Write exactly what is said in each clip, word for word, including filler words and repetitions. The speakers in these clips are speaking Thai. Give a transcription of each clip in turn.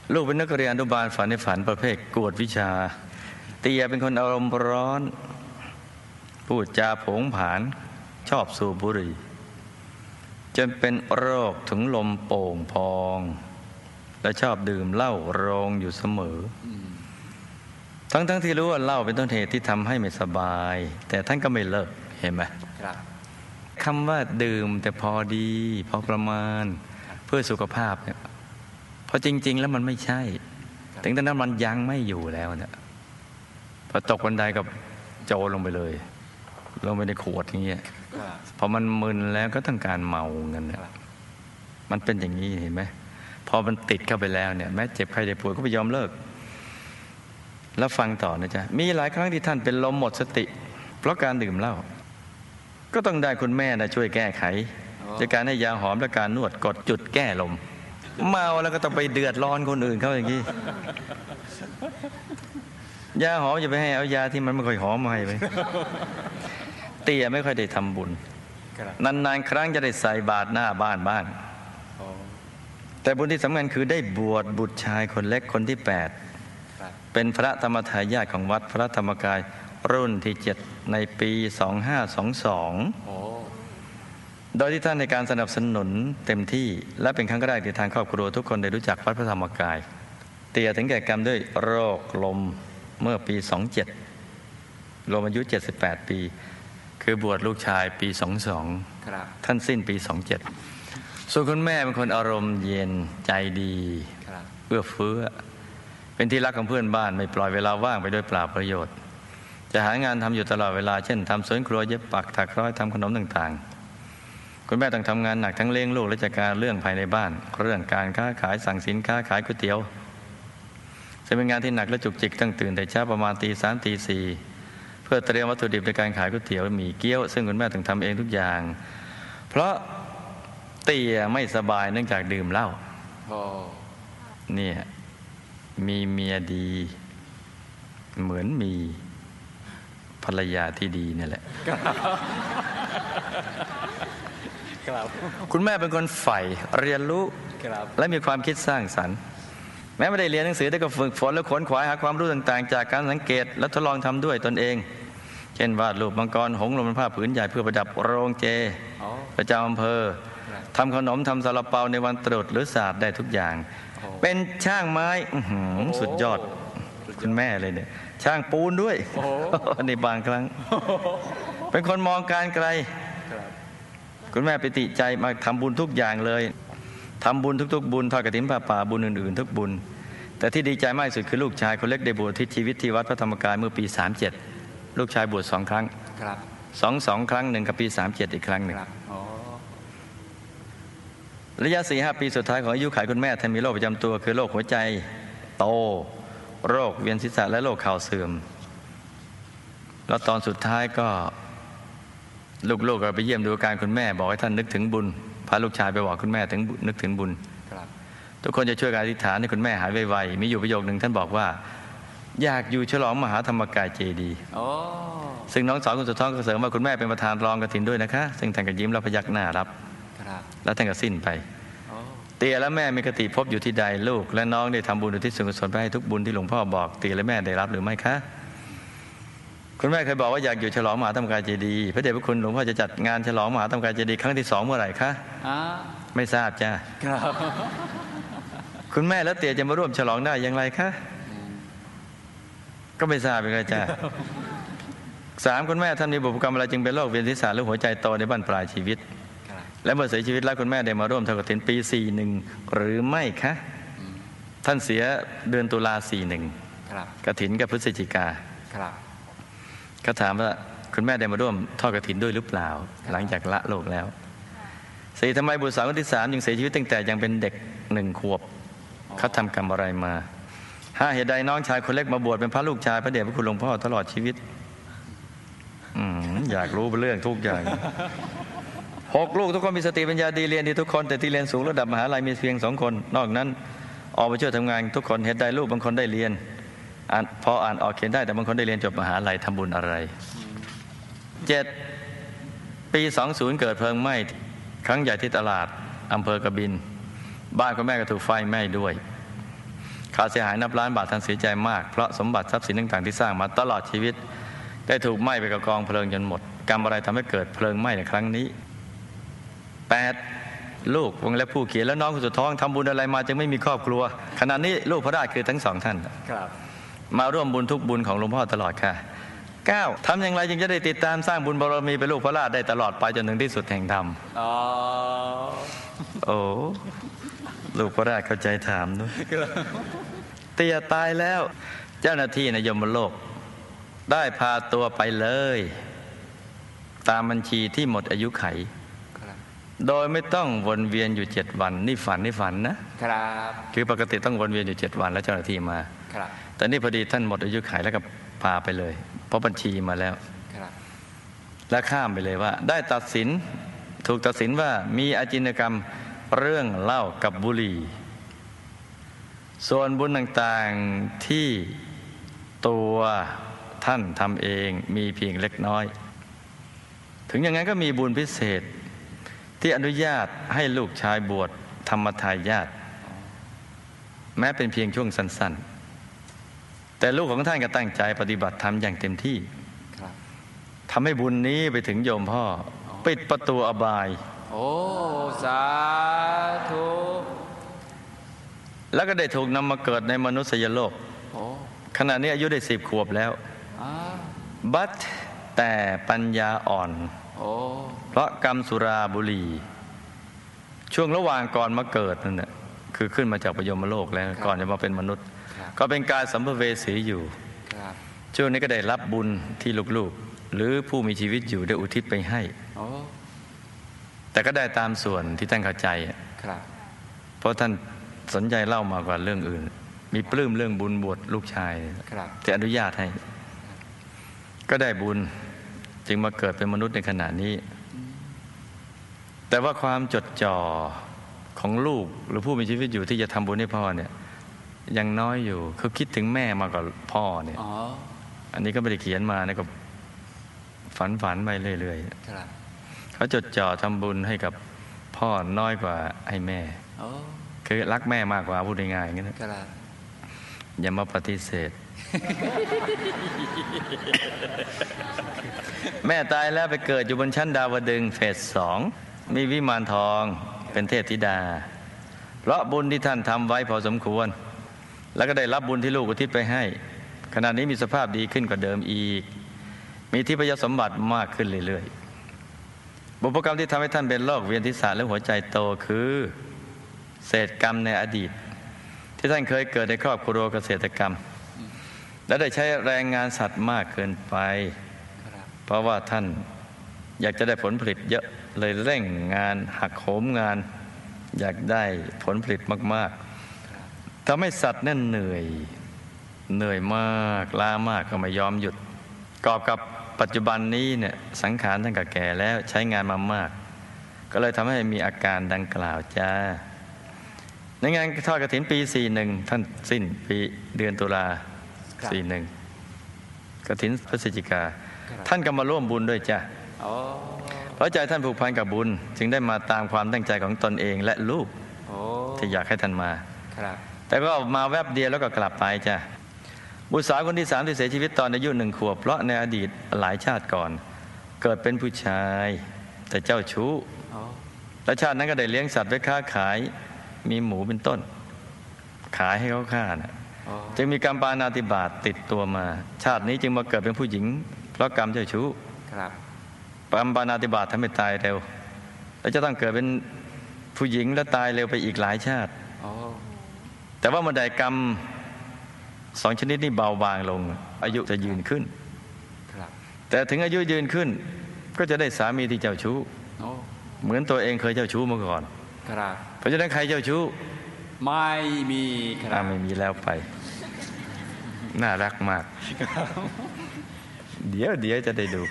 ลูกเป็นนักเรียนอนุบาลฝันในฝันประเภทกวดวิชาเตียเป็นคนอารมณ์ร้อนพูดจาโผงผางชอบสูบบุหรี่จนเป็นโรคถุงลมโป่งพองและชอบดื่มเหล้าโรงอยู่เสมอทั้งทั้งที่รู้ว่าเหล้าเป็นต้นเหตุที่ทำให้ไม่สบายแต่ท่านก็ไม่เลิกเห็นไหมครับคำว่าดื่มแต่พอดีพอประมาณเพื่อสุขภาพเนี่ยเพราะจริงๆแล้วมันไม่ใช่ถึงตอนนั้นมันยังไม่อยู่แล้วเนี่ยพอตกบันไดกับโจรลงไปเลยลงไปในขวดอย่างเงี้ยพอมันมึนแล้วก็ต้องการเมาเงินเนี่ยมันเป็นอย่างนี้เห็นไหมพอมันติดเข้าไปแล้วเนี่ยแม้เจ็บใครได้ป่วยก็ไม่ยอมเลิกแล้วฟังต่อนะจ๊ะมีหลายครั้งที่ท่านเป็นลมหมดสติเพราะการดื่มเหล้าก็ต้องได้คุณแม่นะช่วยแก้ไขจากการให้ยาหอมและการนวดกดจุดแก้ลมเมาแล้วก็ต้องไปเดือดร้อนคนอื่นเขาอย่างนี้ยาหอมอย่าไปให้เอายาที่มันไม่ค่อยหอมมาให้ไปเตี่ยไม่ค่อยได้ทำบุญนานๆครั้งจะได้ใส่บาตรหน้าบ้านบ้างแต่บุญที่สำคัญคือได้บวชบุตรชายคนเล็กคนที่แปดเป็นพระธรรมทายาทของวัดพระธรรมกายรุ่นที่เจ็ดในปีสองห้าสองสองโดยที่ท่านในการสนับสนุนเต็มที่และเป็นครั้งแรกที่ทางครอบครัวทุกคนได้รู้จักวัดพระธรรมกายเตี่ยถึงแก่กรรมด้วยโรคลมเมื่อปีสองเจ็ดรวมอายุเจ็ดสิบแปดปีคือบวชลูกชายปีสองสองท่านสิ้นปีสองเจ็ดส่วนคุณแม่เป็นคนอารมณ์เย็นใจดีเอื้อเฟื้อเป็นที่รักของเพื่อนบ้านไม่ปล่อยเวลาว่างไปโดยเปล่าประโยชน์จะหางานทำอยู่ตลอดเวลาเช่นทำสวนครัวเย็บปักถักร้อยทำขนมต่างๆคุณแม่ต้องทำงานหนักทั้งเลี้ยงลูกและจัดการเรื่องภายในบ้านเรื่องการค้าขายสั่งสินค้าขายก๋วยเตี๋ยวจะเป็นงานที่หนักและจุกจิกต้องตื่นแต่เช้าประมาณตีสามตีสี่เพื่อเตรียมวัตถุดิบในการขายก๋วยเตี๋ยวหมี่เกี๊ยวซึ่งคุณแม่ต้องทำเองทุกอย่างเพราะเตี่ยไม่สบายเนื่องจากดื่มเหล้าเนี่ยมีเมียดีเหมือนมีภรรยาที่ดีนี่แหละคุณแม่เป็นคนใฝ่เรียนรู้และมีความคิดสร้างสรรค์แม้ไม่ได้เรียนหนังสือแต่ก็ฝึกฝนและขวนขวายหาความรู้ต่างๆจากการสังเกตและทดลองทำด้วยตนเองเช่นวาดรูปมังกรหงส์ลงบนผ้าผืนใหญ่เพื่อประดับโรงเจประจำอำเภอทำขนมทำซาลาเปาในวันตรุษหรือศาสตร์ได้ทุกอย่างเป็นช่างไม้สุดยอดคุณแม่เลยเนี่ยช่างปูนด้วยในบางครั้งเป็นคนมองการไกลคุณแม่ปิติใจมาทำบุญทุกอย่างเลยทำบุญทุกๆบุญทอดกฐินผ้าป่าบุญอื่นๆทุกบุญแต่ที่ดีใจมากที่สุดคือลูกชายคนเล็กได้บวชทิศชีวิตที่วัดพระธรรมกายเมื่อปีสามเจ็ดลูกชายบวชสองครั้งสองสองครั้งหนึ่งกับปีสามเจ็ดอีกครั้งหนึ่งระยะสี่ห้าปีสุดท้ายของอายุขัยคุณแม่ท่านมีโรคประจำตัวคือโรคหัวใจโตโรคเวียนศีรษะและโรคเข่าเสื่อมแล้วตอนสุดท้ายก็ลูกๆก็ไปเยี่ยมดูอาการคุณแม่บอกให้ท่านนึกถึงบุญพาลูกชายไปบอกคุณแม่ถึงนึกถึงบุญทุกคนจะช่วยกันอธิษฐานให้คุณแม่หายไวๆมีอยู่ประโยคหนึ่งท่านบอกว่าอยากอยู่ฉลองมหาธรรมกายเจดีย์ซึ่งน้องสาวคุณสุดท้องก็เสริมว่าคุณแม่เป็นประธานรองกฐินด้วยนะคะซึ่งท่านก็ยิ้มแล้วพยักหน้ารับแล้วท่านก็สิ้นไปเตี่ยและแม่มีกติภพอยู่ที่ใดลูกและน้องได้ทำบุญอุทิศส่วนกุศลไปให้ทุกบุญที่หลวงพ่อบอกเตี่ยและแม่ได้รับหรือไม่คะคุณแม่เคยบอกว่าอยากอยู่ฉลองมหาธรรมกายเจดีย์พระเดชพระคุณหลวงพ่อจะจัดงานฉลองมหาธรรมกายเจดีย์ครั้งที่สองเมื่อไหร่คะไม่ทราบจ้าคุณแม่และเตี่ยจะมาร่วมฉลองได้อย่างไรคะก็ไม่ทราบเป็นไงจ้าสามคุณแม่ท่านมีบุพกรรมอะไรจึงเป็นโรคเวียนศีรษะหรือหัวใจโตในบั้นปลายชีวิตและเมื่อเสียชีวิตแล้วคุณแม่ได้มาร่วมทอดกฐินปีสี่หนึ่งหรือไม่คะท่านเสียเดือนตุลาสี่หนึ่งกฐินกับพฤศจิกาเขาถามว่าคุณแม่ได้มาร่วมทอดกฐินด้วยหรือเปล่าหลังจากละโลกแล้วสี่ทำไมบุตรสาวคนที่สามยังเสียชีวิตตั้งแต่ยังเป็นเด็กหนึ่งขวบเขาทำกรรมอะไรมาห้าเหตุใดน้องชายคนเล็กมาบวชเป็นพระลูกชายพระเดชพระคุณหลวงพ่อตลอดชีวิตอืมอยากรู้เป็นเรื่องทุกอย่างหกลูกทุกคนมีสติปัญญาดีเรียนดีทุกคนแต่ที่เรียนสูงระดับมหาลัยมีเพียงสองคนนอกนั้นออกไปช่วยทำงานทุกคนเหตุใดลูกบางคนได้เรียนอ่านพออ่านออกเขียนได้แต่บางคนได้เรียนจบมหาลัยทำบุญอะไรเจ็ดปีสองสิบเกิดเพลิงไหม้ครั้งใหญ่ที่ตลาดอำเภอกบินบ้านคุณแม่ก็ถูกไฟไหม้ด้วยค่าเสียหายนับล้านบาทท่านเสียใจมากเพราะสมบัติทรัพย์สินต่างๆที่สร้างมาตลอดชีวิตได้ถูกไหม้ไปกับกองเพลิงจนหมดกรรมอะไรทำให้เกิดเพลิงไหม้ในครั้งนี้ แปด ลูกวงเล็บผู้เขียนและน้องคนสุดท้องทำบุญอะไรมาจึงไม่มีครอบครัวขณะนี้ลูกพระราชคือทั้งสองท่านมาร่วมบุญทุกบุญของหลวงพ่อตลอดค่ะ เก้า ทำอย่างไรจึงจะได้ติดตามสร้างบุญบารมีเป็นลูกพระราชได้ตลอดไปจนถึงที่สุดแห่งธรรมอ๋อโอ้ลูกพระราชเข้าใจถามด้วยเตียตายแล้วเจ้าหน้าที่ในยมโลกได้พาตัวไปเลยตามบัญชีที่หมดอายุไขโดยไม่ต้องวนเวียนอยู่เจ็ดวันนี่ฝันนี่ฝันนะครับคือปกติต้องวนเวียนอยู่เจ็ดวันแล้วเจ้าหน้าที่มาครับแต่นี่พอดีท่านหมดอายุไขแล้วก็พาไปเลยเพราะบัญชีมาแล้วครับและข้ามไปเลยว่าได้ตัดสินถูกตัดสินว่ามีอาจินกรรมเรื่องเหล้ากับบุหรี่ส่วนบุญต่างๆที่ตัวท่านทำเองมีเพียงเล็กน้อยถึงอย่างนั้นก็มีบุญพิเศษที่อนุญาตให้ลูกชายบวชธรรมทายาทแม้เป็นเพียงช่วงสั้นๆแต่ลูกของท่านก็ตั้งใจปฏิบัติธรรมอย่างเต็มที่ทำให้บุญนี้ไปถึงโยมพ่อปิดประตูอบายโอ้สาธุแล้วก็ได้ถูกนำมาเกิดในมนุษยโลกขณะนี้อายุได้สิบขวบแล้วบัดแต่ปัญญาอ่อนเพราะกรรมสุราบุหรี่ช่วงระหว่างก่อนมาเกิดนั่นแหละคือขึ้นมาจากปยมโลกแล้วก่อนจะมาเป็นมนุษย์ก็เป็นกายสัมภเวสีอยู่ช่วงนี้ก็ได้รับบุญที่ลูกๆหรือผู้มีชีวิตอยู่ได้อุทิศไปให้แต่ก็ได้ตามส่วนที่ท่านเข้าใจเพราะท่านสนใจเล่ามากกว่าเรื่องอื่นมีปลื้มเรื่องบุญบวชลูกชายที่อนุญาตให้ก็ได้บุญจึงมาเกิดเป็นมนุษย์ในขณะนี้แต่ว่าความจดจ่อของลูกหรือผู้มีชีวิตอยู่ที่จะทำบุญให้พ่อเนี่ยยังน้อยอยู่เขาคิดถึงแม่มากกว่าพ่อเนี่ย อ, อันนี้ก็ไม่ได้เขียนมานะก็ฝันฝันไปเรื่อยๆเขาจดจ่อทำบุญให้กับพ่อน้อยกว่าให้แม่คือรักแม่มากกว่าพูดง่ายๆอย่างนี้นะอย่ามาปฏิเสธ แม่ตายแล้วไปเกิดอยู่บนชั้นดาวดึงส์เฟสสองมีวิมานทองเป็นเทพธิดาเพราะบุญที่ท่านทำไว้พอสมควรแล้วก็ได้รับบุญที่ลูกอุทิศไปให้ขณะนี้มีสภาพดีขึ้นกว่าเดิมอีกมีทิพยสมบัติมากขึ้นเรื่อยๆบุพกรรมที่ทำให้ท่านเป็นโรคเวียนศีรษะและหัวใจโตคือเศษกรรมในอดีตที่ท่านเคยเกิดในครอบครัวเกษตรกรรมและได้ใช้แรงงานสัตว์มากเกินไปเพราะว่าท่านอยากจะได้ผลผลิตเยอะเลยเร่งงานหักโหมงานอยากได้ผลผลิตมากๆทำให้สัตว์นั่นเหนื่อยเหนื่อยมากล้ามากก็ไม่ยอมหยุดกอบกับปัจจุบันนี้เนี่ยสังขารท่านก็แก่แล้วใช้งานมามากก็เลยทำให้มีอาการดังกล่าวจ้าในงานทอดกฐินปีสี่สิบเอ็ดท่านสิ้นปีเดือนตุลาสี่สิบเอ็ดกฐินพฤศจิกาท่านก็มาร่วมบุญด้วยจ้ะเพราะใจท่านผูกพันกับบุญจึงได้มาตามความตั้งใจของตนเองและลูกที่อยากให้ท่านมาแต่ก็มาแวบเดียวแล้วก็กลับไปจ้ะบุตรสาวคนที่สามที่เสียชีวิตตอนอายุหนึ่งขวบเพราะในอดีตหลายชาติก่อนเกิดเป็นผู้ชายแต่เจ้าชู้และชาตินั้นก็ได้เลี้ยงสัตว์ไว้ค้าขายมีหมูเป็นต้นขายให้เขาฆ่านะจึงมีกรรมปาณาติบาตติดตัวมาชาตินี้จึงมาเกิดเป็นผู้หญิงเพราะกรรมเจ้าชู้กรรมปาณาติบาตทำให้ตายเร็วแล้วจะต้องเกิดเป็นผู้หญิงและตายเร็วไปอีกหลายชาติแต่ว่าบันไดกรรมสองชนิดนี้เบาบางลงอายุจะยืนขึ้นแต่ถึงอายุยืนขึ้นก็จะได้สามีที่เจ้าชู้เหมือนตัวเองเคยเจ้าชู้มาก่อนเพราะฉะนั้นใครเจ้าชู้ไม่มีครับไม่มีแล้วไปน่ารักมากเดี๋ยวเดี๋ยวจะได้ดู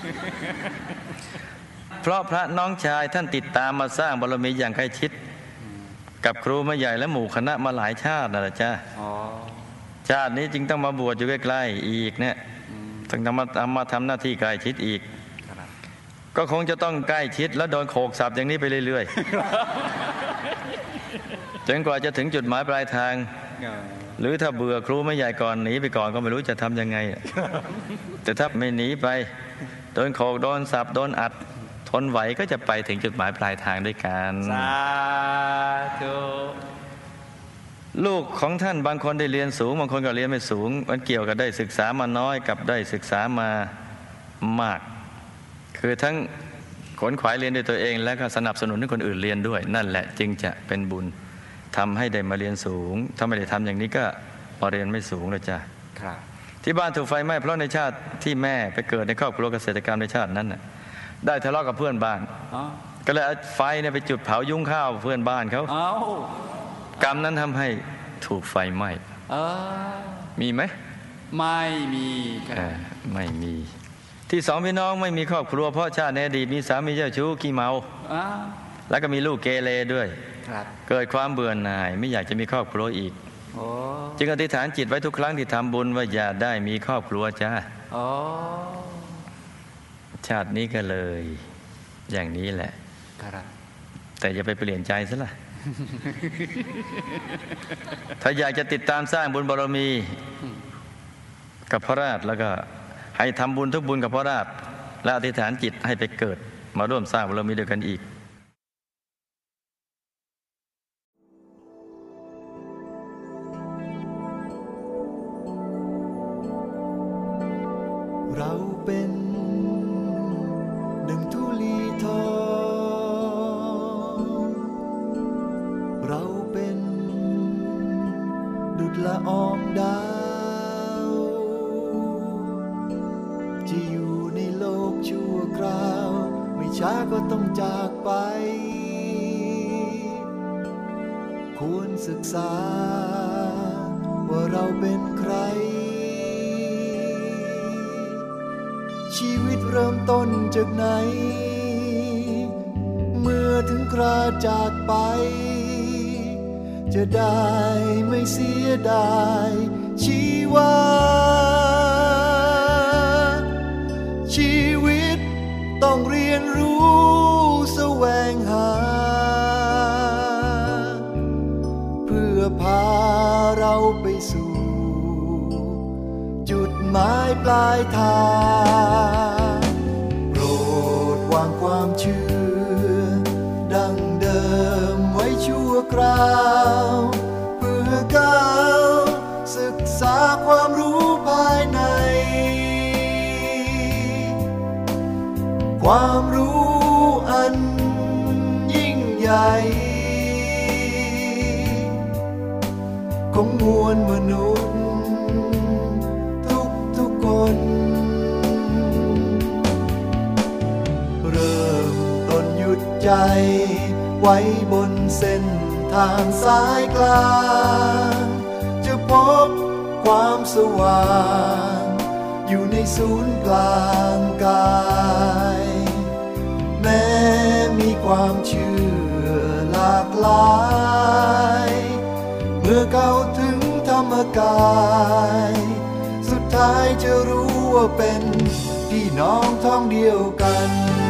เพราะพระน้องชายท่านติดตามมาสร้างบารมีอย่างใกล้ชิดกับครูมาใหญ่และหมู่คณะมาหลายชาตินะจ๊ะชาตินี้จึงต้องมาบวชอยู่ใกล้ๆอีกเนี่ยต้องทำมาทำมาทำหน้าที่ใกล้ชิดอีกก็คงจะต้องใกล้ชิดแล้วโดนโขกสับอย่างนี้ไปเรื่อยๆจนกว่าจะถึงจุดหมายปลายทางหรือถ้าเบื่อครูไม่ใหญ่ก่อนหนีไปก่อนก็ไม่รู้จะทำยังไง แต่ถ้าไม่หนีไปโดนโขกโดนสับโดนอัดทนไหวก็จะไปถึงจุดหมายปลายทางด้วยกันสาธุลูกของท่านบางคนได้เรียนสูงบางคนก็เรียนไม่สูงมันเกี่ยวกับได้ศึกษามาน้อยกับได้ศึกษามามากคือทั้งขนขวายเรียนด้วยตัวเองและก็สนับสนุนให้คนอื่นเรียนด้วยนั่นแหละจึงจะเป็นบุญทำให้ได้มาเรียนสูงถ้าไม่ได้ทำอย่างนี้ก็มาเรียนไม่สูงเลยจ้ะที่บ้านถูกไฟไหม้เพราะในชาติที่แม่ไปเกิดในครอบครัวเกษตรกรรมในชาตินั้นน่ะได้ทะเลาะกับเพื่อนบ้านก็เลยเอาไฟเนี่ยไปจุดเผายุ้งข้าวเพื่อนบ้านเขากรรมนั้นทำให้ถูกไฟไหม้มีไหมไม่มีไม่มีที่สองพี่น้องไม่มีครอบครัวเพราะชาติในอดีตมีสามีเจ้าชู้ขี้เมาแล้วก็มีลูกเกเรด้วยเกิดความเบื่อหน่ายไม่อยากจะมีครอบครัวอีกจึงอธิษฐานจิตไว้ทุกครั้งที่ทำบุญว่าอย่าได้มีครอบครัวจ้าชาตินี้ก็เลยอย่างนี้แหละแต่อย่าไปเปลี่ยนใจซะล่ะ ถ้าอยากจะติดตามสร้างบุญบารมีกับพระราชแล้วก็ให้ทำบุญทุกบุญกับพระราชและอธิษฐานจิตให้ไปเกิดมาร่วมสร้างบารมีด้วยกันอีกเราเป็นหนึ่งธุลีทองเราเป็นดุจละอองดาวจะอยู่ในโลกชั่วคราวไม่ช้าก็ต้องจากไปควรศึกษาว่าเราเป็นใครชีวิตเริ่มต้นจากไหนเมื่อถึงคราจากไปจะได้ไม่เสียดายชีวาชีวิตต้องเรียนรู้แสวงหาเพื่อพาเราไปสู่จุดหมายปลายทางโปรดวางความเชื่อดังเดิมไว้ชั่วคราวเพื่อก้าวศึกษาความรู้ภายในความรู้อันยิ่งใหญ่ของมวลมนุษย์ทุกๆคนเริ่มต้นหยุดใจไว้บนเส้นทางสายกลางจะพบความสว่างอยู่ในศูนย์กลางกายแม้มีความเชื่อหลากหลายเมื่อเข้าถึงธรรมกายสุดท้ายจะรู้ว่าเป็นพี่น้องท้องเดียวกัน